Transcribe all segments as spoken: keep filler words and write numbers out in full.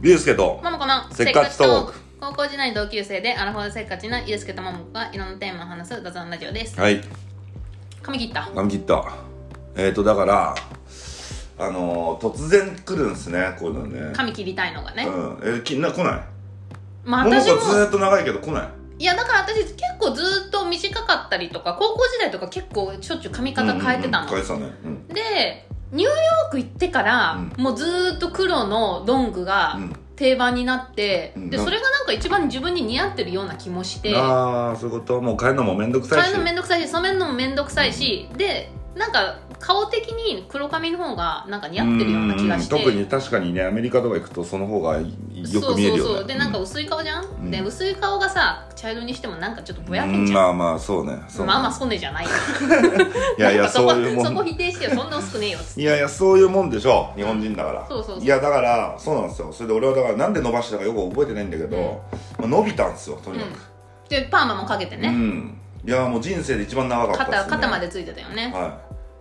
ゆうすけとももこのせっかちトーク。 高校時代の同級生でアラフォーせっかちなゆうすけとももこがいろんなテーマを話す雑談ラジオです。 はい、 髪切った髪切った。えーとだからあのー、突然来るんすね、こういうのね。 髪切りたいのがね。 うん、えー、きな来ない。 まあももこ私もずっと長いけど来ない。 いやだから私結構ずっと短かったりとか、高校時代とか結構しょっちゅう髪型変えてたの、 うんうんうん、変えてたね、うん、 でニューヨーク行ってから、うん、もうずっと黒のロングが定番になって、うん、でそれがなんか一番自分に似合ってるような気もして、 ああそういうこと。もう変えるのもめんどくさいし、 変えるのめんどくさいし染めるのもめんどくさいし、うん、でなんか顔的に黒髪の方がなんか似合ってるような気がして、 特に確かにね、アメリカとか行くとその方がよく見えるよね。そうそうそう。 でなんか薄い顔じゃん、うん、で薄い顔がさ茶色にしてもなんかちょっとぼやけんじゃん。 まあまあそうね、そうね。 まあまあそうねじゃないよいやいやそこそういうもん。 そこ否定してよ、そんな薄くねえよっつって。 いやいやそういうもんでしょ、日本人だから、うん、 そうそうそう。 いやだからそうなんですよ。それで俺はだからなんで伸ばしたかよく覚えてないんだけど、うん、まあ、伸びたんですよとにかく、うん、 でパーマもかけてね、うん、 いやもう人生で一番長かったですね。 肩, 肩までついてたよね。 はい。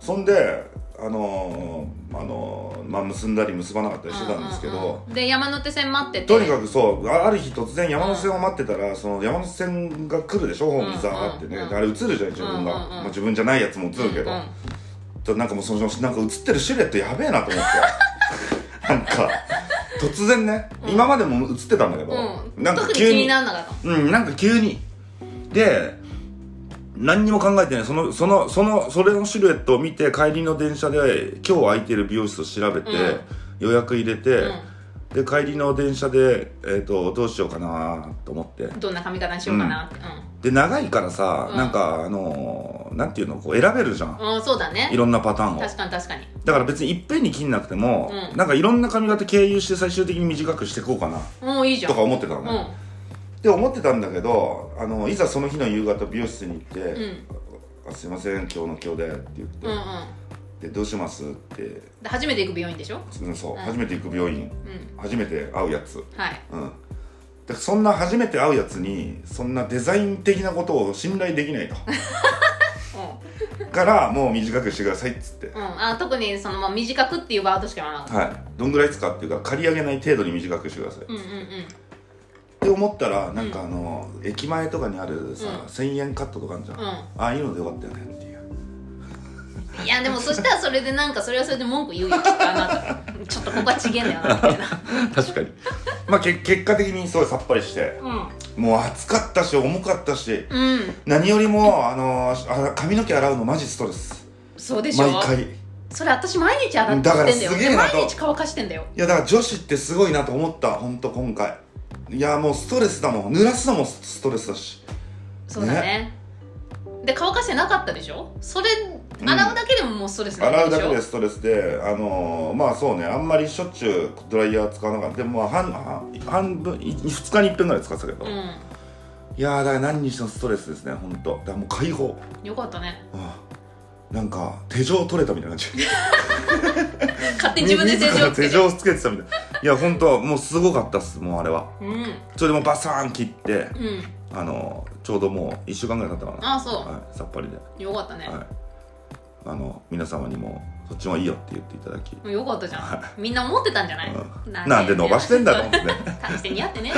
そんであのー、あのー、まあ結んだり結ばなかったりしてたんですけど、うんうんうん、 で山手線待ってて、 とにかくそうある日突然山手線を待ってたら、うん、その山手線が来るでしょ、ホームにザーってね、うんうん、あれ映るじゃん自分が、うんうんうん、まあ、自分じゃないやつも映るけど、うんうん、なんかもうそのなんか映ってるシルエットやべえなと思ってなんか突然ね、うん、今までも映ってたんだけど、 うん、なんか急に特に気にならなかった。 うんなんか急にで何にも考えてない。そのそのそのそれのシルエットを見て帰りの電車で今日空いてる美容室を調べて、うん、予約入れて、うん、で帰りの電車で、えー、とどうしようかなと思ってどんな髪型にしようかなって、うんうん、で長いからさ、うん、なんかあのー、なんていうのこう選べるじゃん、 うん、そうだね、 いろんなパターンを。 確かに確かに。 だから別にいっぺんに切んなくても、うん、なんかいろんな髪型経由して最終的に短くしていこうかな、 うん、いいじゃんとか思ってたのね、うんって思ってたんだけど、あのいざその日の夕方美容室に行って、うんあすいません今日の今日でって言って、うんうん、でどうしますってで初めて行く病院でしょ。 そう、うん、初めて行く病院、うん、初めて会うやつ、 はい、 うん、でそんな初めて会うやつにそんなデザイン的なことを信頼できないと、うん、からもう短くしてくださいっつって、 うん、あ特にその、まあ、短くっていうワードしか言わなかった。 はい、どんぐらいですかっていうか刈り上げない程度に短くしてください、 うんうんうんって思ったらなんかあの、うん、駅前とかにあるさ、うん、せんえんカットとかあるじゃん、うん、ああいうのでよかったよねっていう。 いやでもそしたらそれでなんかそれはそれで文句言うよきっとあなたちょっとここはちげえんだよなみたいな確かにまあけ結果的にすごいさっぱりして、うん、もう暑かったし重かったし、うん、何よりもあのあ髪の毛洗うのマジストレス。 そうでしょ毎回。 それ私毎日洗ってんだよ。だからすげえなと毎日乾かしてんだよ。 いやだから女子ってすごいなと思った本当今回。いやもうストレスだもん、濡らすのもストレスだし。 そうだね、ねで乾かしてなかったでしょ。それ洗うだけでももうストレスなんでしょ、 うん、洗うだけでストレスで、あのー、まあそうねあんまりしょっちゅうドライヤー使わなかった。でもまあ半半分ふつかにいっぺんぐらい使ってたけど、うん、いやーだから何にしてもストレスですね本当。だからもう解放。 よかったね、 うん、なんか手錠取れたみたいな感じ勝手に自分で手錠つけて手錠つけてたみたいな。いや本当もうすごかったっすもうあれは、うん、それでもうバサーン切って、うん、あのちょうどもういっしゅうかんぐらい経ったかな。 ああそう、 はい、さっぱりでよかったね、 はい、あの皆様にもそっちもいいよって言っていただきよかったじゃん、はい、みんな思ってたんじゃない、 うん、なん, なんで伸ばしてんだと思ってね大して似合ってね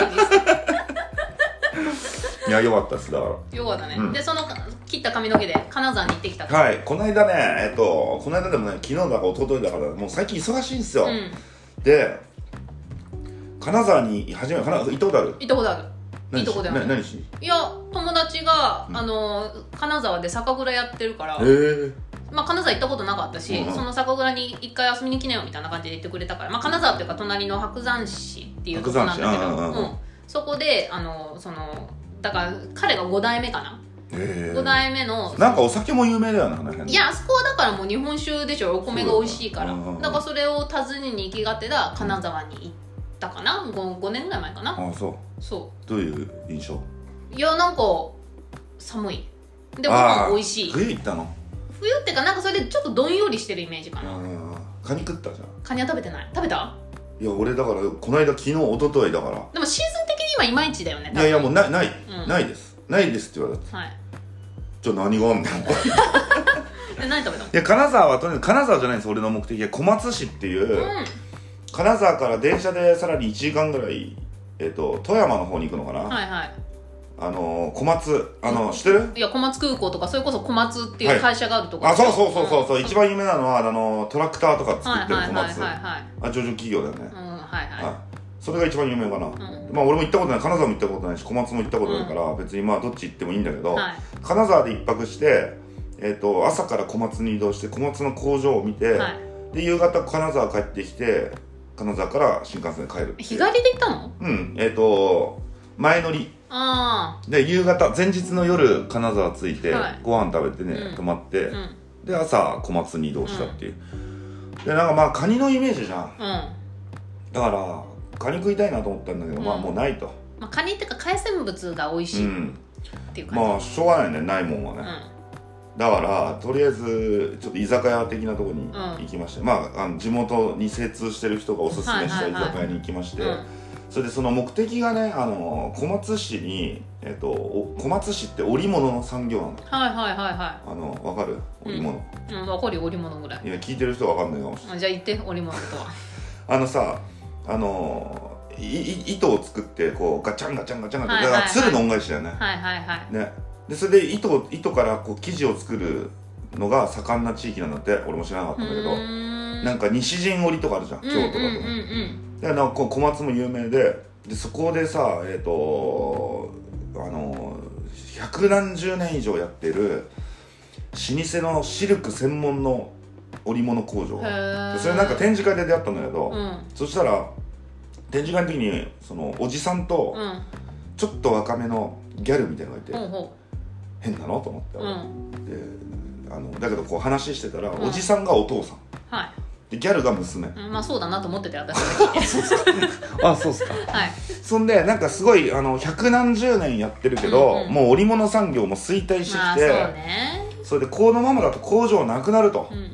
いやよかったっす。だからよかったね、うん、でその切った髪の毛で金沢に行ってきた。 はいこの間ねえっとこの間でもね昨日だか一昨日だからもう最近忙しいんですよ、うん、で金沢に初め金行ったことある？ 行ったことある。いいとこだよね。 何しに？ いや友達が、うん、あの金沢で酒蔵やってるから、 えー、 まあ金沢行ったことなかったし、うん、その酒蔵に一回遊びに来なよみたいな感じで言ってくれたから、まあ金沢っていうか隣の白山市っていうとこなんだけど、うんうん、そこであのそのだから彼がご代目かな。えー、ご代目のなんかお酒も有名だよな。 いやあそこはだからもう日本酒でしょ。お米が美味しいから、うん、だからそれを訪ねに行きがてら金沢に行ったかな。 5, 5年ぐらい前かな。 ああそうそうどういう印象？ いやなんか寒いでご飯美味しい。 冬行ったの？ 冬ってかなんかそれでちょっとどんよりしてるイメージかな。 カニ食ったじゃん。 カニは食べてない。食べた？ いや俺だからこの間昨日一昨日だから。 でもシーズン的にはいまいちだよね。 いやいやもうなない、うん、ないですないですって言われた。 はいじゃあ何があんねんえ何食べたの？ いや金沢はとにかく金沢じゃないんです。俺の目的は小松市っていう、うん、 金沢から電車でさらにいちじかんぐらい、えー、と富山の方に行くのかな、 はいはい、 あの小松、あの、うん、知ってる？ いや、小松空港とかそれこそ小松っていう会社があるところ、 はい、あ、そうそうそうそうそう、うん、一番有名なのはあのトラクターとか作ってる小松、 はいはいはいはい、 あ、上場企業だよね、 うん、はいはい、 はい、それが一番有名かな、うん、まあ俺も行ったことない、金沢も行ったことないし小松も行ったことないから、うん、別にまあどっち行ってもいいんだけど、はい、金沢で一泊して、えー、と朝から小松に移動して小松の工場を見て、はい、で夕方金沢帰ってきて金沢から新幹線で帰る。 日帰りで行ったの？ うん、えっ、ー、と前乗り。 あで夕方前日の夜金沢着いて、はい、ご飯食べてね、うん、泊まって、うん、で朝小松に移動したっていう、うん、でなんかまあカニのイメージじゃん、うん、だからカニ食いたいなと思ったんだけど、うん、まあもうないと、 まあ、カニっていうか海鮮物が美味しいっていう感じ、 うん、まあしょうがないね、ないもんはね、うん、だからとりあえずちょっと居酒屋的なところに行きまして、うん、まあ、あの地元に精通してる人がおすすめした居酒屋に行きまして、はいはいはい、うん、それでその目的がね、あの小松市に、えっと、小松市って織物の産業なんだ。 はいはいはいはい。 あの分かる？織物。 うん、うん、分かるよ、織物ぐらい。 いや、聞いてる人は分かんないかもしれない。 じゃあ言って織物とは。 あのさ、あのい糸を作ってこうガチャンガチャンガチャンガチャン、はいはいはい、だから鶴の恩返しだよね。 はいはいはい。 ね。でそれで糸糸からこう生地を作るのが盛んな地域なんだって。俺も知らなかったんだけど、なんか西陣織とかあるじゃん、京都だと。うんうんうんうん、だからなんか小松も有名で。でそこでさ、えっ、ー、とあの百何十年以上やってる老舗のシルク専門の織物工場が、それなんか展示会で出会ったんだけど、うん、そしたら展示会の時にそのおじさんとちょっと若めのギャルみたいなのがいて、うん、変なのと思って、うん、であのだけどこう話してたら、うん、おじさんがお父さん、はい、ギャルが娘、 うん、まあそうだなと思ってて私が聞いてあ、そうっすか。 はい。 そんでなんかすごいあの百何十年やってるけど、うんうん、もう織物産業も衰退してきて、まあ、そうね、それでこのままだと工場なくなると、うん、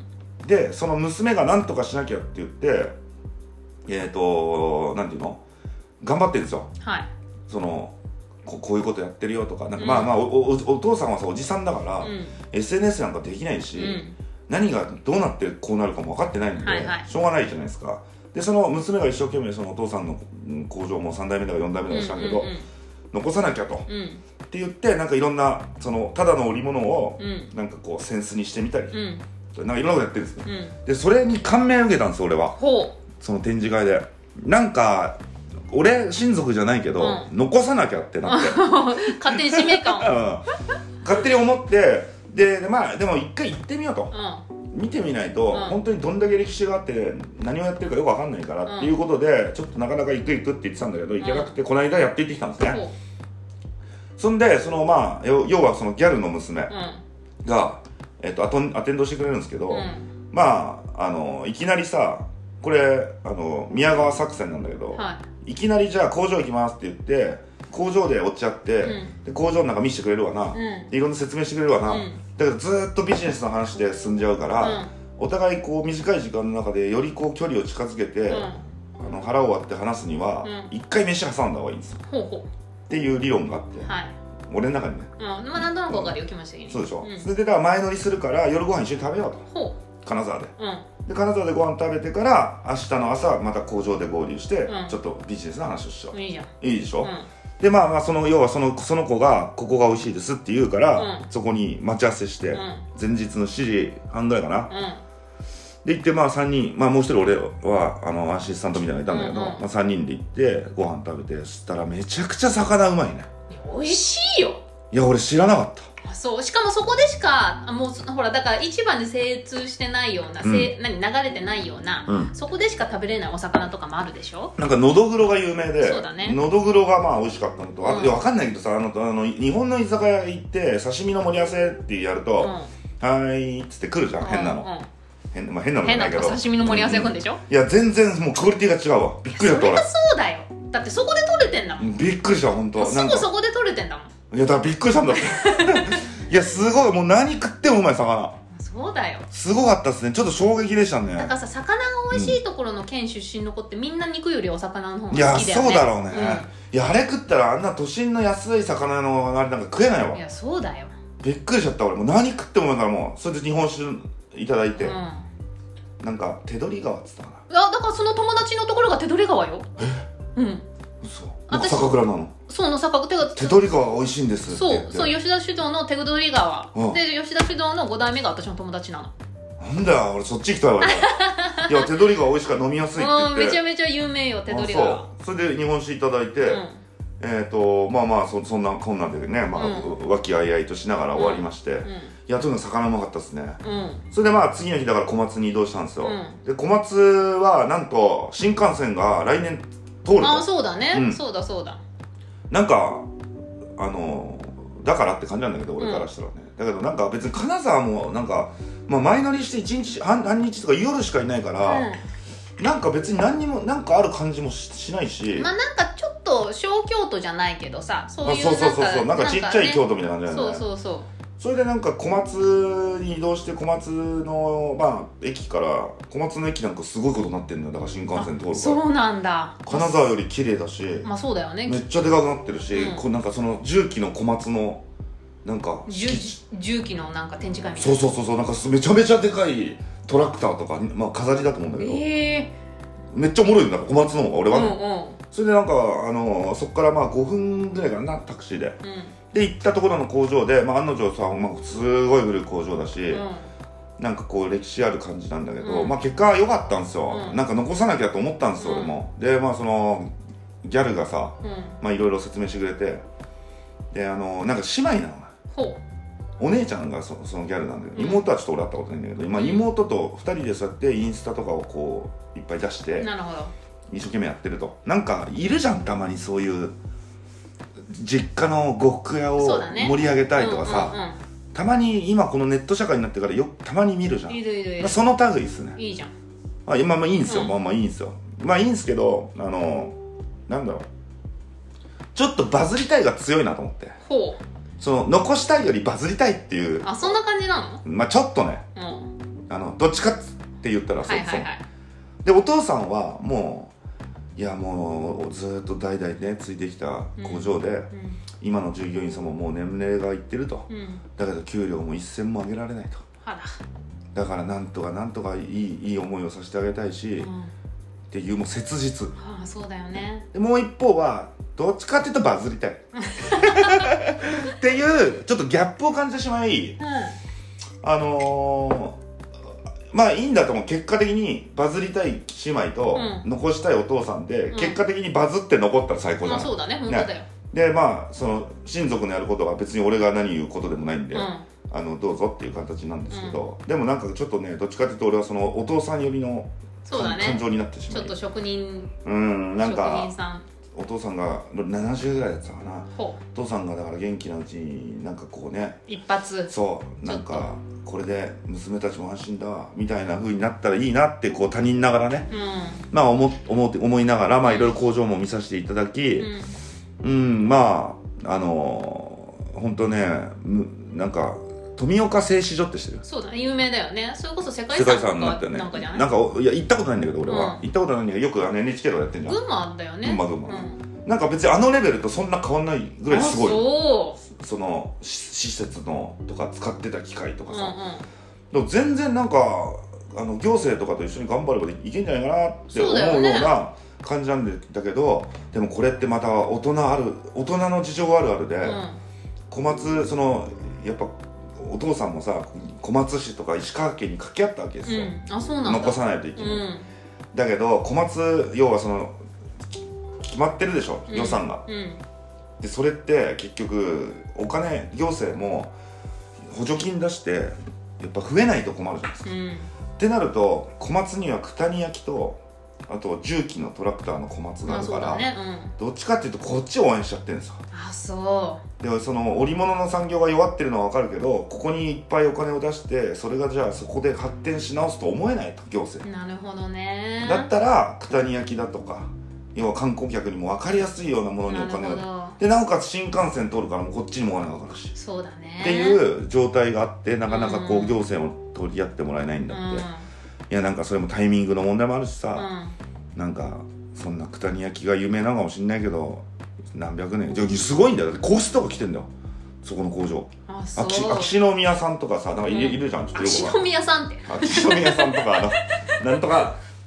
でその娘が何とかしなきゃって言ってえっ、ー、となんていうの頑張ってるんですよ。はい。そのこ, こういうことやってるよとか、なんか、うん、まあまあ お, お, お父さんはさおじさんだから、うん、エスエヌエス なんかできないし、うん、何がどうなってこうなるかも分かってないんで、はいはい、しょうがないじゃないですか。でその娘が一生懸命そのお父さんの工場もさん代目だかよん代目だか知らんけど、うんうんうん、残さなきゃと、うん、って言ってなんかいろんなそのただの織物をなんかこう扇子にしてみたり、うん、なんかいろんなことやってるんですね、うん、でそれに感銘を受けたんです俺は。ほう。その展示会でなんか俺親族じゃないけど、うん、残さなきゃってなって勝手に使命感を、うん、 勝手に思って、でまあでも一回行ってみようと、うん、見てみないと、うん、本当にどんだけ歴史があって何をやってるかよく分かんないから、うん、っていうことでちょっとなかなか行く行くって言ってたんだけど行けなくて、うん、この間やって行ってきたんですね、うん、そんでそのまあ要はそのギャルの娘が、うん、えっと、アトアテンドしてくれるんですけど、うん、まああのいきなりさこれあの宮川作戦なんだけど、はい、いきなりじゃあ工場行きますって言って工場で落ち合って、うん、で工場の中見せてくれるわな、うん、いろんな説明してくれるわな、うん、だけどずっとビジネスの話で進んじゃうから、うん、お互いこう短い時間の中でよりこう距離を近づけて、うん、あの腹を割って話すには一、うん、回飯挟んだ方がいいんですよ、ほうほうっていう理論があって、はい、俺の中にね、 うん、まあ何となく分かるよ、気持ち的に。 そうでしょ、うん、それでだから前乗りするから夜ご飯一緒に食べようと、ほう金沢で、うん、で金沢でご飯食べてから明日の朝また工場で合流して、うん、ちょっとビジネスの話をしよう。いいじゃん。いいでしょ、うん、でまあまあその要はそのその子がここが美味しいですって言うから、うん、そこに待ち合わせして、うん、前日のしちじはんぐらいかな、うん、で行ってまあさんにん、まあもう一人俺はあのアシスタントみたいなのいたんだけど、うんうん、まあ、さんにんで行ってご飯食べて、そしたらめちゃくちゃ魚うまいね。 美味しいよ。 いや俺知らなかった。 そう、しかもそこでしかもうほらだから市場に精通してないような、うん、何流れてないような、うん、そこでしか食べれないお魚とかもあるでしょ。 なんかのどぐろが有名で、 そうだね、 のどぐろがまあ美味しかったのと、あと、うん、いや分かんないけどさ、あのあの日本の居酒屋行って刺身の盛り合わせってやると、うん、はーいっつって来るじゃん、うん、変なの、うん、変, まあ、変なのじゃないけど変な刺身の盛り合わせが来るんでしょ、うん、 いや全然もうクオリティが違うわ。びっくりした。 それがそうだよ。だってそこで取れてんだもん。 びっくりした本当。 すぐそこで取れてんだもん。 いやだからびっくりしたんだっていやすごい、もう何食ってもうまい魚。 そうだよ。 すごかったですね。ちょっと衝撃でしたね。 だからさ、魚が美味しいところの県出身の子ってみんな肉よりお魚の方が好きだよね。 いやそうだろうね、うん、いやあれ食ったらあんな都心の安い魚のあれなんか食えないわ。 いやそうだよ。 びっくりしちゃった俺。もう何食ってもうまいから、もうそれで日本酒いただいて、うん、なんか手取り川っつったかな。 いやだかからその友達のところが手取川よ。うん。 嘘。酒蔵なの。 そうの酒蔵。 手取川美味しいんですってそう、そう、吉田酒造の手取川、うん、で吉田酒造のご代目が私の友達なの。 なんだよ、俺そっち行きたいわ。いや、手取川美味しいから飲みやすいって言って。 めちゃめちゃ有名よ、手取川。 それで日本酒いただいて、うん、えっとまあまあ そ, そんなこんなんでね、まあうん、和気あいあいとしながら終わりまして、うんうん、いやとにかく魚うまかったですね、うん、それでまあ次の日だから小松に移動したんですよ、うん、で小松はなんと新幹線が来年通ると。 あ、そうだね、うん、そうだそうだ。 なんかあのだからって感じなんだけど俺からしたらね、うん、だけどなんか別に金沢もなんか、まあ、前乗りしていちにち半, 半日とか夜しかいないから、うん、なんか別に何にもなんかある感じも し, しないし、 まあなんかちょっと小京都じゃないけどさ、そういうそうそうそうそう、なんかちっちゃい京都みたいな感じだよね。 そうそうそう。 それでなんか小松に移動して小松のまあ駅から小松の駅なんかすごいことになってんだよ。だから新幹線通るから。 そうなんだ。 金沢より綺麗だし、 まあそうだよね。 めっちゃでかくなってるし、うん、こうなんかその重機の小松のなんか重機のなんか展示会みたいな。 そうそうそうそう、なんかめちゃめちゃでかいトラクターとか、まあ飾りだと思うんだけど、 えー、めっちゃおもろいんだ小松の方が俺は、ね、 うんうん、 それでなんかあのそっからまあごふんぐらいかなタクシーで、うん、で行ったところの工場で、まあ、案の定さ、まあ、すごい古い工場だし、うん、なんかこう歴史ある感じなんだけど、うん、まあ結果は良かったんですよ、うん、なんか残さなきゃと思ったんですよ、うん、俺も。でまあそのギャルがさ、うん、まあいろいろ説明してくれて、であのなんか姉妹なの。 ほう。 お姉ちゃんが そ, そのギャルなんだけど、うん、妹はちょっと俺会ったことないんだけど、今、うん、妹とふたりでそうやってインスタとかをこういっぱい出して、 なるほど、 一生懸命やってると。なんかいるじゃんたまにそういう実家の呉服屋を盛り上げたいとかさ、ね、うんうんうん、たまに今このネット社会になってからよたまに見るじゃん。 いるいるいる、 まあ、その類ですね。 いいじゃん。 あ、今まあいいんですよ、うん、まあまあいいんですよ。まあいいんですけど、あのなんだろう、ちょっとバズりたいが強いなと思って。 ほう。 その残したいよりバズりたいっていう。 あ、そんな感じなの？ まあちょっとね、うん、あのどっちかって言ったらそう、はいはいはい、そうでお父さんはもういやもうずっと代々ねついてきた工場で、うんうん、今の従業員さんももう年齢がいってると、うん、だけど給料も一銭も上げられないと。 はら。 だからなんとかなんとかいいいい思いをさせてあげたいし、うん、っていうもう切実。 ああ、そうだよね。 でもう一方はどっちかっていうとバズりたいっていうちょっとギャップを感じてしまい、うん、あのー、まあいいんだと思う。結果的にバズりたい姉妹と残したいお父さんで、うん、結果的にバズって残ったら最高じゃない。まあそうだね、本当だよ、ね、でまあその親族のやることは別に俺が何言うことでもないんで、うん、あのどうぞっていう形なんですけど、うん、でもなんかちょっとねどっちかっていうと俺はそのお父さん寄りのそうだね、 感情になってしまう。 ちょっと職人、 うんなんか職人さん、 お父さんがななじゅうぐらいだったかな。お父さんがだから元気なうちになんかこうね一発そうなんかこれで娘たちも安心だわみたいな風になったらいいなってこう他人ながらね、うん、まあ思思って思いながらまあいろいろ工場も見させていただき、うん、うん、まああのー、本当ねなんか富岡製糸所って知ってる？ そうだね、有名だよね。それこそ世界遺産とかなんかじゃない？ なんかいや行ったことないんだけど俺は、うん、行ったことないんだけどよくあの エヌエイチケー とかやってんじゃん。 群馬だよね。 群馬群馬、うん、なんか別にあのレベルとそんな変わんないぐらいすごい。 そう。 その施設のとか使ってた機械とかさ、うんうん、でも全然なんかあの行政とかと一緒に頑張ればいけんじゃないかなって思うような感じなんだけど、でもこれってまた大人ある大人の事情あるあるで、うん、小松そのやっぱお父さんもさ小松市とか石川県に掛け合ったわけですよ、 うん、あ、そうなんだ。 残さないといけない、うん、だけど小松要はその決まってるでしょ、予算が、うん、でそれって結局お金行政も補助金出してやっぱ増えないと困るじゃないですか、うん、ってなると小松には九谷焼とあと重機のトラクターの小松があるから、ね、うん、どっちかっていうとこっちを応援しちゃってるんですよ。 あ、そうでその織物の産業が弱ってるのは分かるけどここにいっぱいお金を出してそれがじゃあそこで発展し直すと思えないと行政。 なるほどね。 だったら九谷焼だとか要は観光客にも分かりやすいようなものにお金をでなおかつ新幹線通るからもこっちにもお金がかかるし、 そうだねっていう状態があってなかなかこう行政を取り合ってもらえないんだって、うん、いやなんかそれもタイミングの問題もあるしさ、うん、なんかそんな九谷焼が有名なのかもしれないけど何百年すごいんだよ。だって皇室とか来てんだよそこの工場。 あ、そう。 秋篠宮さんとかさなんかいる、うん、いるじゃん。ちょっとよく秋篠宮さんって秋篠宮さんとかあのなんとか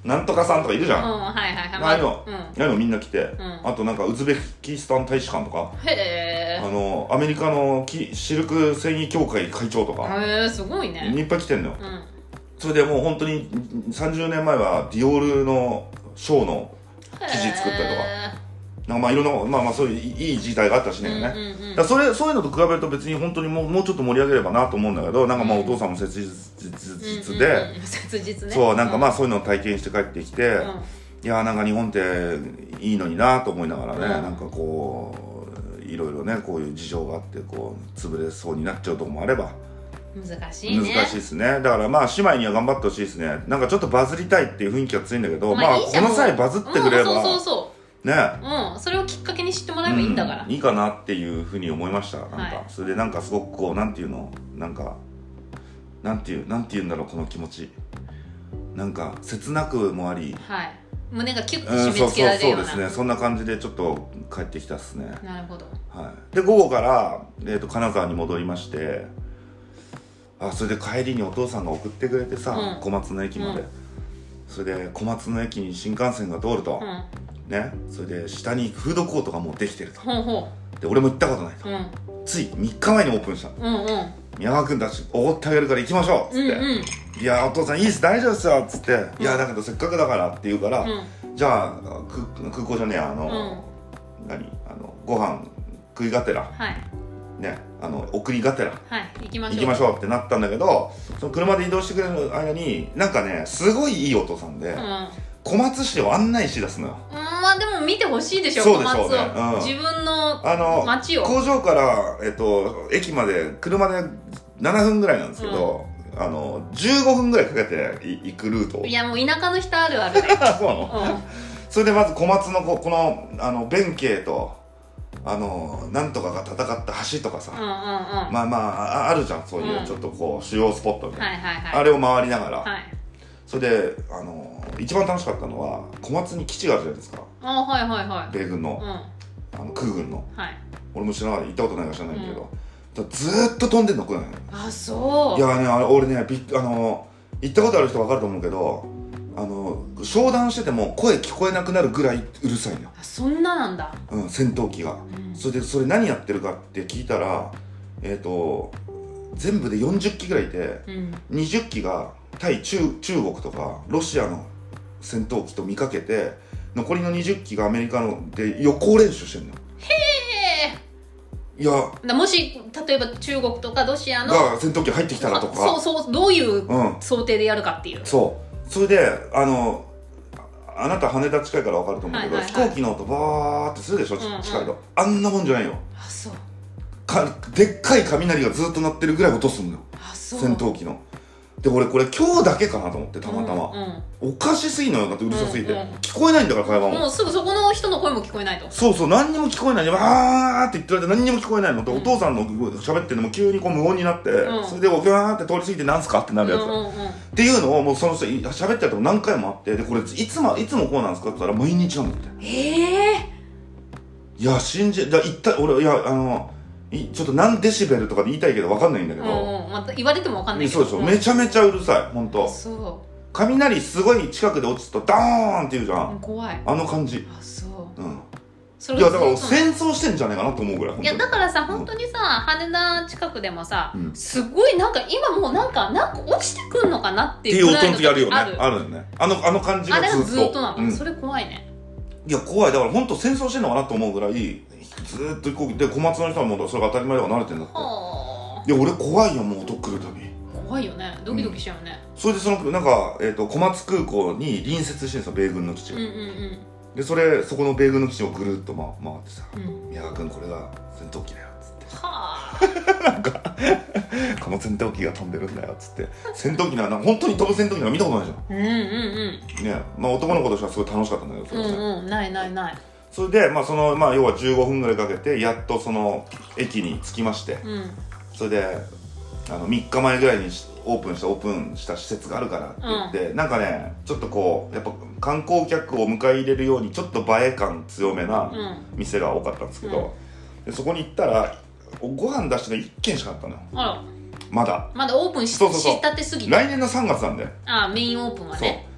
なんとかさんとかいるじゃん、 うん、はいはいはい、 ああいうの、 うん、 ああいうのみんな来て、 うん、 あとなんかウズベキスタン大使館とか、 へえ、 あのアメリカのきシルク繊維協会会長とか、 へえ、すごいね、 いっぱい来てんのよ、 うん、 それでもう本当にさんじゅうねんまえはディオールのショーの生地作ったりとか、なんかまあいろんな、まあまあそういういい時代があったしね、うんうんうん、だからそれそういうのと比べると別に本当にもうもうちょっと盛り上げればなと思うんだけど、なんかまあお父さんも切実で、うんうんうん、 切実ね、 そうなんかまあそういうのを体験して帰ってきて、うん、いやなんか日本っていいのになと思いながらね、うん、なんかこういろいろねこういう事情があってこう潰れそうになっちゃうとこもあれば。 難しいね、 難しいですね。だからまあ姉妹には頑張ってほしいですね。なんかちょっとバズりたいっていう雰囲気が強いんだけど、まあ、まあ、この際バズってくれれば、うん、そうそうそうね、 うん、それをきっかけに知ってもらえばいいんだから、 うん、いいかなっていうふうに思いました。なんか、はい、それでなんかすごくこうなんていうのなんかなんていうなんていうんだろうこの気持ち、なんか切なくもあり、 はい、胸がキュッと締め付けられるような、 うん、そうそうそうですね。そんな感じでちょっと帰ってきたっすね。 なるほど。 はい。で午後から、えーと、金沢に戻りまして。あそれで帰りにお父さんが送ってくれてさ、うん、小松の駅まで、うん、それで小松の駅に新幹線が通ると、うん、ね、それで下にフードコートがもうできてると、うん、で俺も行ったことないと、うん、ついみっかまえにオープンした、うんうん、宮川君たちおごってあげるから行きましょうっつって、うんうん、いやお父さんいいです大丈夫ですよっつって、うん、いやだけどせっかくだからって言うから、うん、じゃあ空港じゃねえあの、うん、何あのご飯食いがてら、はいね、あの送りがてら、 はい、行きましょう行きましょうってなったんだけど、その車で移動してくれる間になんかねすごいいいお父さんで、うん、小松市を案内しだすのよ、 うん、まあでも見てほしいでしょそうでしょうね、 うん、自分の街を工場から、えっと、駅まで車でななふんぐらいなんですけど、うん、あのじゅうごふんぐらいかけて行くルート。 いやもう田舎の人あるあるでそうなの、うん、それでまず小松のここのあの弁慶とあのなんとかが戦った橋とかさ、うんうんうん、まあまああるじゃんそういうちょっとこう主要スポットみたいな、はいはいはい、あれを回りながら、はい、それであの一番楽しかったのは小松に基地があるじゃないですか、あ、はいはいはい、米軍の、うん、あの空軍の、はい、俺も知らない行ったことないから知らないんだけど、うん、ずーっと飛んでんの来ないの。 あ、そう。 いやねあれ俺ねびあの行ったことある人分かると思うけど、あの商談してても声聞こえなくなるぐらいうるさいのよ。 あ、そんななんだ。 うん、戦闘機が、うん、それでそれ何やってるかって聞いたら、えっと全部でよんじゅっきぐらいいて、うん、にじゅっきが対 中, 中国とかロシアの戦闘機と見かけて、残りのにじゅっきがアメリカので予行練習してるのよ。 へえ。いやもし例えば中国とかロシアのが戦闘機入ってきたらとか、 そうそう、どういう想定でやるかっていう、うん、 そうそれであのあなた羽田近いから分かると思うけど、はいはいはい、飛行機の音バーってするでしょ、うんうん、近いとあんなもんじゃないよ。 あ、そうかでっかい雷がずっと鳴ってるぐらい音すんのよ。あ、そう。戦闘機ので俺これ今日だけかなと思ってたまたま、うんうん、おかしすぎんのよだってうるさすぎて、うんうん、聞こえないんだから会話ももうすぐそこの人の声も聞こえないと。 そうそう、何にも聞こえないでわーって言ってられて何にも聞こえないので、うん、お父さんの喋ってるのも急にこう無音になって、うん、それでわーって通り過ぎてなんすかってなるやつ、うんうんうん、っていうのをもうその人喋ってると何回もあって、でこれいつもいつもこうなんですかって言ったら毎日なんだって。 へえ。 いや信じだ言った俺いやあのちょっと何デシベルとかで言いたいけど分かんないんだけど、 うんうん、また言われても分かんないけど、 そうそう、うん、めちゃめちゃうるさい本当。そう。雷すごい近くで落ちるとダーンって言うじゃん、うん、怖いあの感じ。あ、そう、うん、それいやだから戦争してんじゃないかなと思うぐらい。 いやだからさ、本当にさ、羽田近くでもさ、うん、すごいなんか今もうなんかなんか落ちてくんのかなっていうぐらいの時あるよね。あるあるよね。あのあの感じがずっとあれがずっとなの、うん、それ怖いね。 いや怖い、だから本当戦争してんのかなと思うぐらいずーっと飛行機で小松の人はもうそれが当たり前だから慣れてんだって。いや俺怖いよもう音来るたび。 怖いよね、ドキドキしちゃうね、 うん、それでそのなんか、えー、と小松空港に隣接してるんですよ米軍の基地が、うんうんうん、でそれそこの米軍の基地をぐるっと回ってさ、うん、宮川君これが戦闘機だよっつってはあなんかこの戦闘機が飛んでるんだよっつって戦闘機なら本当に飛ぶ戦闘機なんか見たことないじゃん。うんうんうんね、まあ男の子としてはすごい楽しかったんだけどそれは、 うんうん、ないないない。 それで、まあそのまあ、要はじゅうごふんぐらいかけてやっとその駅に着きまして、うん、それであのみっかまえぐらいにオープンしたオープンした施設があるからって言って、うん、なんかねちょっとこうやっぱ観光客を迎え入れるようにちょっと映え感強めな店が多かったんですけど、うん、でそこに行ったらご飯出してのいっけんしかあったのよ。あらまだまだオープンし、そうそうそう、したてすぎて来年のさんがつなんだよ。 ああメインオープンはね。 そう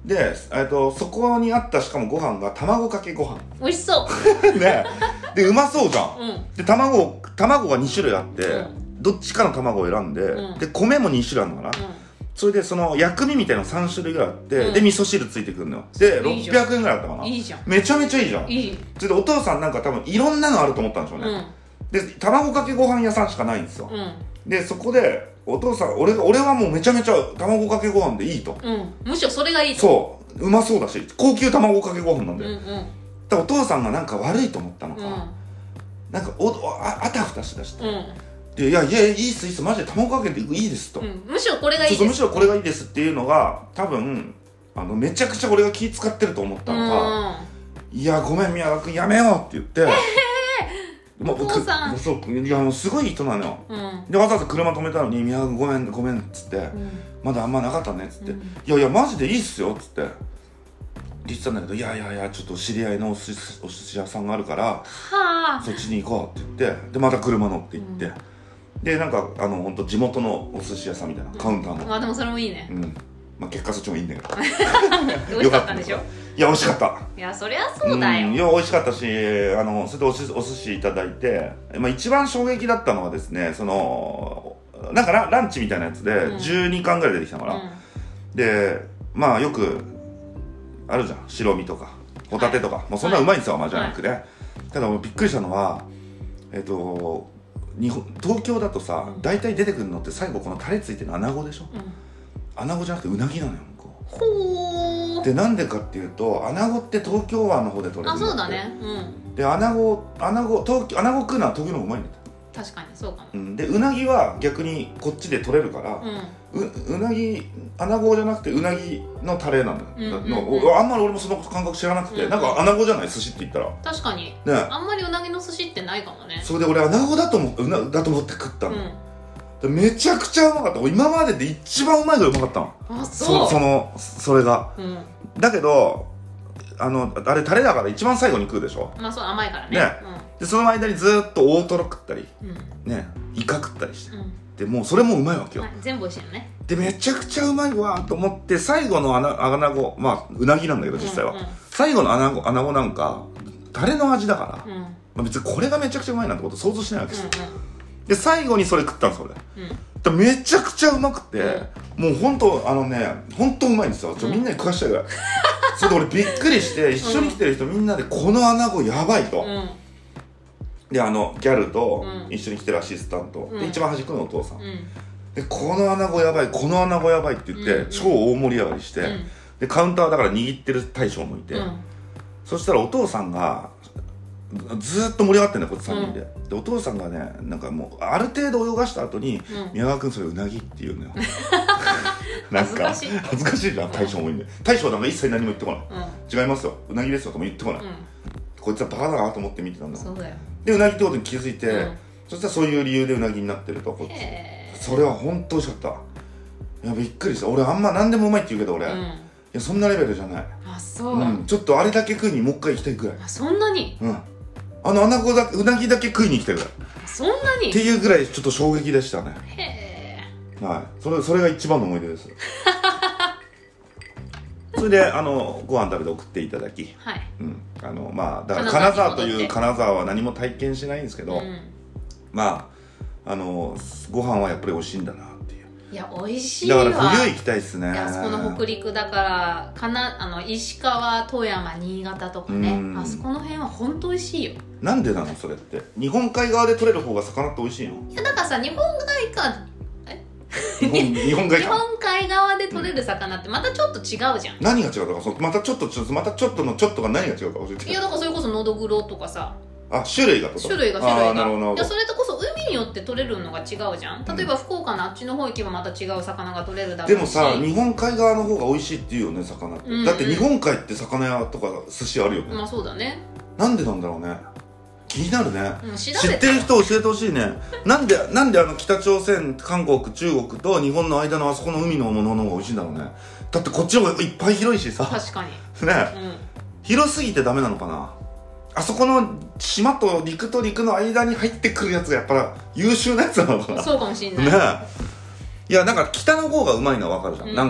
で、えっと、そこにあったしかもご飯が卵かけご飯美味しそうねでうまそうじゃん、 うん、 で卵卵がに種類あって、 うん、 どっちかの卵を選んで、うん、で米もに種類あるのかな、うん、それでその薬味みたいなのさん種類ぐらいあって、うん、で味噌汁ついてくるのよでろっぴゃくえんぐらいあったかないいじゃんめちゃめちゃいいじゃん。 いいそれでお父さんなんか多分いろんなのあると思ったんでしょうね、うん、で卵かけご飯屋さんしかないんですよ、うん、でそこでお父さん俺俺はもうめちゃめちゃ卵かけご飯でいいと、 うん、むしろそれがいいとそううまそうだし高級卵かけご飯なんで、うんうん、だからお父さんがなんか悪いと思ったのか、うん、なんかおああたふたしだして、うん、でいやいやいいっすいいっすマジで卵かけていいですと、うん、 むしろこれがいいですむしろこれがいいですっていうのが多分あのめちゃくちゃ俺が気使ってると思ったのか、うん、いやごめん宮川君やめようって言って、えーお父さんそういやもうすごい人なのよ、うん、でわざわざ車止めたのに宮川君ごめんごめんっつって、うん、まだあんまなかったねっつって、うん、いやいやマジでいいっすよっつって言ってたんだけどいやいやいやちょっと知り合いのお寿司、お寿司屋さんがあるからはあそっちに行こうって言ってでまた車乗って行って、うん、でなんかあの本当地元のお寿司屋さんみたいな、うん、カウンターのあでもそれもいいね、 うんまあ、結果そっちもいいんだけど美味しかったんでしょいや美味しかったいやそりゃそうだよ、 うん、いや美味しかったしあのそれでおしお寿司いただいて、まあ、一番衝撃だったのはですねそのなんか ラ, ランチみたいなやつでじゅうにかんぐらい出てきたから、うん、でまあよくあるじゃん白身とかホタテとか、はい、もうそんなうまいんですよ、はい、マジャンクで、はい、ただびっくりしたのはえっ、ー、と日本東京だとさ、うん、大体出てくるのって最後このタレついてる穴子でしょ、うん穴子じゃなくてうなぎなのよ向こうほーでなんでかっていうと穴子って東京湾の方で取れるあそうだねうんで穴子穴子東京穴子食うのは東京の方がうまいんだって確かにそうかも、 うん、でうなぎは逆にこっちで取れるから、うん、う, うなぎ穴子じゃなくてうなぎのタレなのよ、うんうんうん、あんまり俺もその感覚知らなくて、うんうん、なんか穴子じゃない寿司って言ったら確かに、ね、あんまりうなぎの寿司ってないかもねそれで俺穴子だと思うなだと思って食ったの、うんめちゃくちゃうまかった今までで一番うまいぐらいうまかったのあそうそ, そのそれが、うん、だけどあのあれタレだから一番最後に食うでしょまあそう甘いからね、 ねうん、でその間にずっと大トロ食ったり、うん、ねイカ食ったりして、うん、でもうそれもうまいわけよ、 はい、全部美味しいよねでめちゃくちゃうまいわと思って最後のアナアナゴまあうなぎなんだけど実際は、うんうん、最後のアナゴアナゴなんかタレの味だから、うんまあ、別にこれがめちゃくちゃうまいなんてこと想像しないわけですよ、うんうんで最後にそれ食ったんです俺、うん、めちゃくちゃうまくて、うん、もう本当あのね本当うまいんですよちょ、うん、みんなに食わしたいぐらいそれで俺びっくりして一緒に来てる人みんなでこの穴子やばいと、うん、であのギャルと一緒に来てるアシスタント、うん、で一番端っこのお父さん、うん、でこの穴子やばいこの穴子やばいって言って、うん、超大盛り上がりして、うん、でカウンターだから握ってる大将もいて、うん、そしたらお父さんがずーっと盛り上がってんだよこっちさんにんで、うん、でお父さんがねなんかもうある程度泳がした後に、うん、宮川君それうなぎって言うのよなんか恥ずかしいじゃん大将もいいんで大将なんか一切何も言ってこない、うん、違いますようなぎですよとも言ってこない、うん、こいつはバカだなと思って見てたんだそうだよでうなぎってことに気づいて、うん、そしたらそういう理由でうなぎになってるとこっちそれは本当美味しかったいやびっくりした俺あんま何でもうまいって言うけど俺、うん、いやそんなレベルじゃないあそう、うん、 ちょっとあれだけ食いにもう一回行きたいぐらいあそんなにうんあの穴子だうなぎだけ食いに来たぐらいそんなにっていうぐらいちょっと衝撃でしたねへえはいそれそれが一番の思い出ですそれであのご飯食べて送っていただきはい、うん、あのまあだから金沢という金沢は何も体験しないんですけど、うん、まああのご飯はやっぱり美味しいんだなっていういや美味しいわだから冬行きたいっすねいやそこの北陸だからかなあの石川富山新潟とかねあそこの辺は本当美味しいよなんでなのそれって日本海側で取れる方が魚って美味しいのいやだからさ日本海か日本, 日本海日本海側で取れる魚ってまたちょっと違うじゃん、うん、 何が違うかまたちょっとまたちょっとのちょっとが何が違うか教えていやだからそれこそのどぐろとかさあ種類がと種類が種類がいやそれとこそ海によって取れるのが違うじゃん例えば福岡のあっちの方行けばまた違う魚が取れるだろうしでもさ日本海側の方が美味しいって言うよね魚って、うんうん、だって日本海って魚屋とか寿司あるよねまあそうだねなんでなんだろうね気になるね、 うん、知ってる人教えてほしいねなんでなんであの北朝鮮韓国中国と日本の間のあそこの海のものの方が美味しいんだろうねだってこっちの方がいっぱい広いしさ確かにね、うん、広すぎてダメなのかなあそこの島と陸と陸の間に入ってくるやつがやっぱ優秀なやつなのかなそうかもしんないねいやなんか北の方がうまいのは分かるじゃん、うんうん、なんか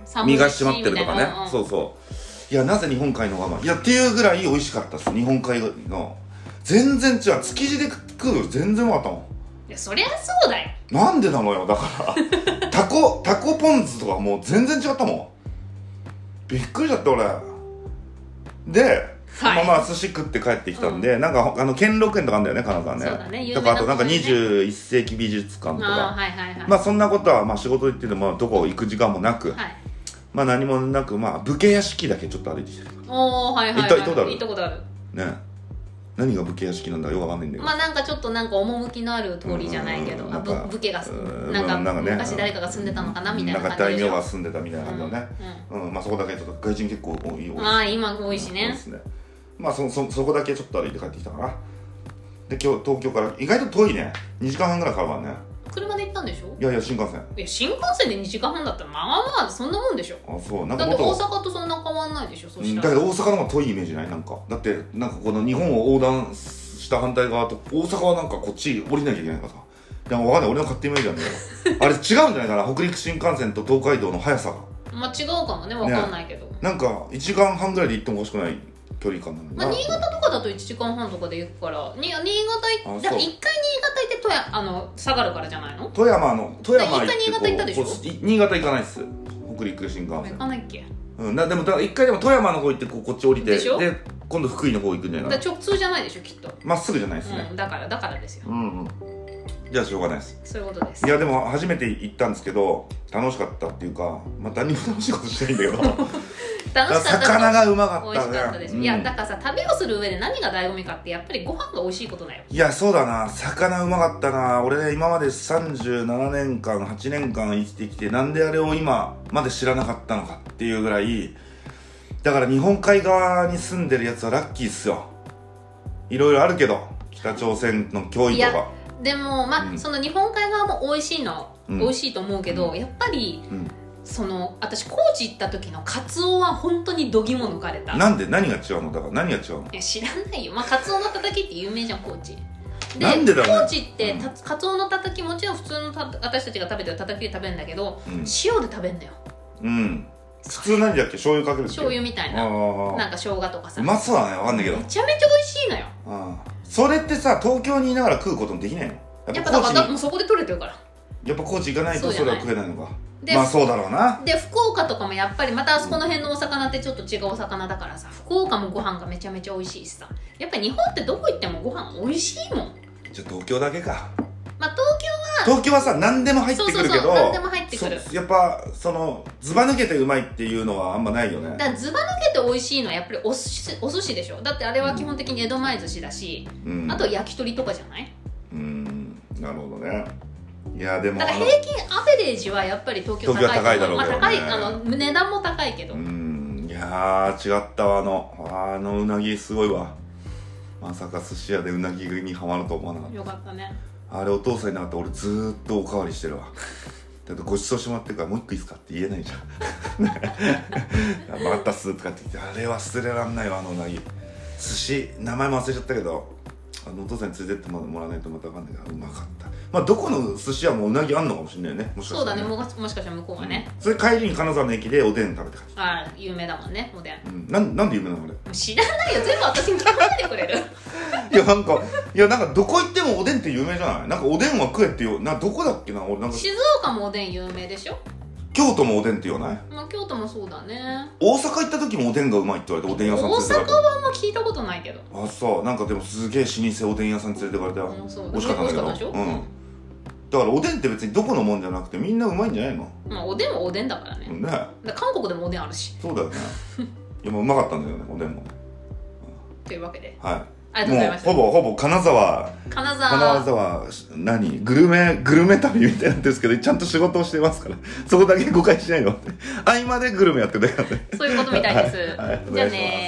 身が締まってるとかね、うんうん、そうそういやなぜ日本海の方がまいやっていうぐらい美味しかったっす日本海の全然違う築地で食うより全然うまかったもんいやそりゃそうだよなんでなのよだからタコタコポン酢とかもう全然違ったもんびっくりしちゃった俺ではい、まあまあ寿司食って帰ってきたんで、うん、なんかあの兼六園とかあるんだよね金沢ねそうだね有名なとこねとかあとなんかにじゅういっ世紀美術館とかあ、はいはいはい、 まあそんなことはまあ仕事行っててもどこ行く時間もなく、はい、まあ何もなくまあ武家屋敷だけちょっと歩いてきてるおーはいはいはい行ったことある行ったことあるね何が武家屋敷なんだよくわかんないんだけどまあなんかちょっとなんか趣のある通りじゃないけどあぶ武家がなんかなんか、ね、昔誰かが住んでたのかなみたいな感じでしょなんか大名が住んでたみたいな感じだね、うんうんうん、まあそこだけちょっと外人結構多いああ今多いしね、 そうですねまあ そ, そ, そこだけちょっと歩いて帰ってきたかなで今日東京から意外と遠いねにじかんはんぐらいかかるからね車で行ったんでしょいやいや新幹線いや新幹線でにじかんはんだったらまあまあそんなもんでしょあそうなんかだって大阪とそんな変わんないでしょそしたらだけど大阪の方が遠いイメージないなんかだってなんかこの日本を横断した反対側と大阪はなんかこっち降りなきゃいけないからさいや分かんない俺の勝手イメージなんだけどあれ違うんじゃないかな北陸新幹線と東海道の速さがまあ違うかもね分かんないけど、ね、 なんかいちじかんはんぐらいで行ってもおかしくない距離感なのまあ、新潟とかだといちじかんはんとかで行くからに新潟行っていっかい新潟行って富山あの下がるからじゃないの富山の富山行っていっかい新潟行ったでしょ新潟行かないっす北陸新幹線行かないっけうんなでもいっかいでも富山の方行ってこうこっち降りてで今度福井の方行くんじゃないかな直通じゃないでしょきっとまっすぐじゃないですね、 うん、だからだからですようんうんじゃあしょうがないですそういうことですいやでも初めて行ったんですけど楽しかったっていうかまあ何も楽しいことしてないんだけど楽しかった魚がうまかったね美味しかったです、うん、いやだからさ旅をする上で何が醍醐味かってやっぱりご飯が美味しいことだよいやそうだな魚うまかったな俺ね今までさんじゅうななねんかんはちねんかん生きてきてなんであれを今まで知らなかったのかっていうぐらいだから日本海側に住んでるやつはラッキーっすよいろいろあるけど北朝鮮の脅威とかでもまあ、うん、その日本海側も美味しいの、うん、美味しいと思うけど、うん、やっぱり、うん、その私高知行った時のカツオは本当にどぎも抜かれたなんで何が違うのだから何が違うのいや知らないよまあカツオのたたきって有名じゃん高知でなんでだろう、ね、 高知ってたカツオのたたきもちろん普通のた私たちが食べてるたたきで食べるんだけど、うん、塩で食べるんだようん普通何だっけ醤油かけるっけ醤油みたいななんか生姜とかさうまそうだねわかんないけどめちゃめちゃ美味しいのよああそれってさ東京にいながら食うこともできないのやっぱだからもうそこで取れてるからやっぱ高知行かないとそれは食えないのかまあそうだろうなで福岡とかもやっぱりまたあそこの辺のお魚ってちょっと違うお魚だからさ福岡もご飯がめちゃめちゃ美味しいしさやっぱり日本ってどこ行ってもご飯美味しいもんじゃあ東京だけかまあ東京は東京はさ何でも入ってくるけどそうそうそう何でも入ってくるやっぱそのずば抜けてうまいっていうのはあんまないよねだからずば抜けて美味しいのはやっぱりお寿司、お寿司でしょだってあれは基本的に江戸前寿司だし、うん、あと焼き鳥とかじゃないうんなるほどねいやでもだから平均アベレージはやっぱり東京高い東京は高いだろうけど、ねまあ、高いあの値段も高いけどうんいやー違ったわあのあのうなぎすごいわまさか寿司屋でうなぎにハマると思わなかったよかったねあれお父さんいなかったら俺ずーっとおかわりしてるわだってごちそうしてもらってるからもう一個いいっすかって言えないじゃん分かったっすとかって言ってあれは捨てらんないわあのうなぎ寿司名前も忘れちゃったけどあのお父さんに連れてってもらわないとまた分かんないからうまかったまあどこの寿司屋もうなぎあんのかもしれないよねもしかしたら、ね、 そうだね も, もしかしたら向こうはね、 うん、それ帰りに金沢の駅でおでん食べて帰ってああ有名だもんねおでん、 うん、な, なんで有名なのあれ知らないよ全部私に聞かないでくれるいやなんかいやなんかどこ行ってもおでんって有名じゃないなんかおでんは食えってよなどこだっけな俺なんか静岡もおでん有名でしょ京都もおでんって言わない、 まあ、京都もそうだね大阪行った時もおでんがうまいって言われておでん屋さん連れて大阪はあんま聞いたことないけどあそうなんかでもすげえ老舗おでん屋さん連れてかれて、うん、そう美味しかったんだけど美味しかったでしょ、うんだからおでんって別にどこのもんじゃなくてみんなうまいんじゃないのまあおでんはおでんだからねねだ韓国でもおでんあるしそうだよねいやもううまかったんだよねおでんも、うん、 というわけではいありがとうございました。 もうほぼほぼ金沢金沢金沢何グルメグルメ旅みたいになってるんですけどちゃんと仕事をしてますからそこだけ誤解しないのって合間でグルメやってるだけなんでそういうことみたいです、 はいはい、 じゃあね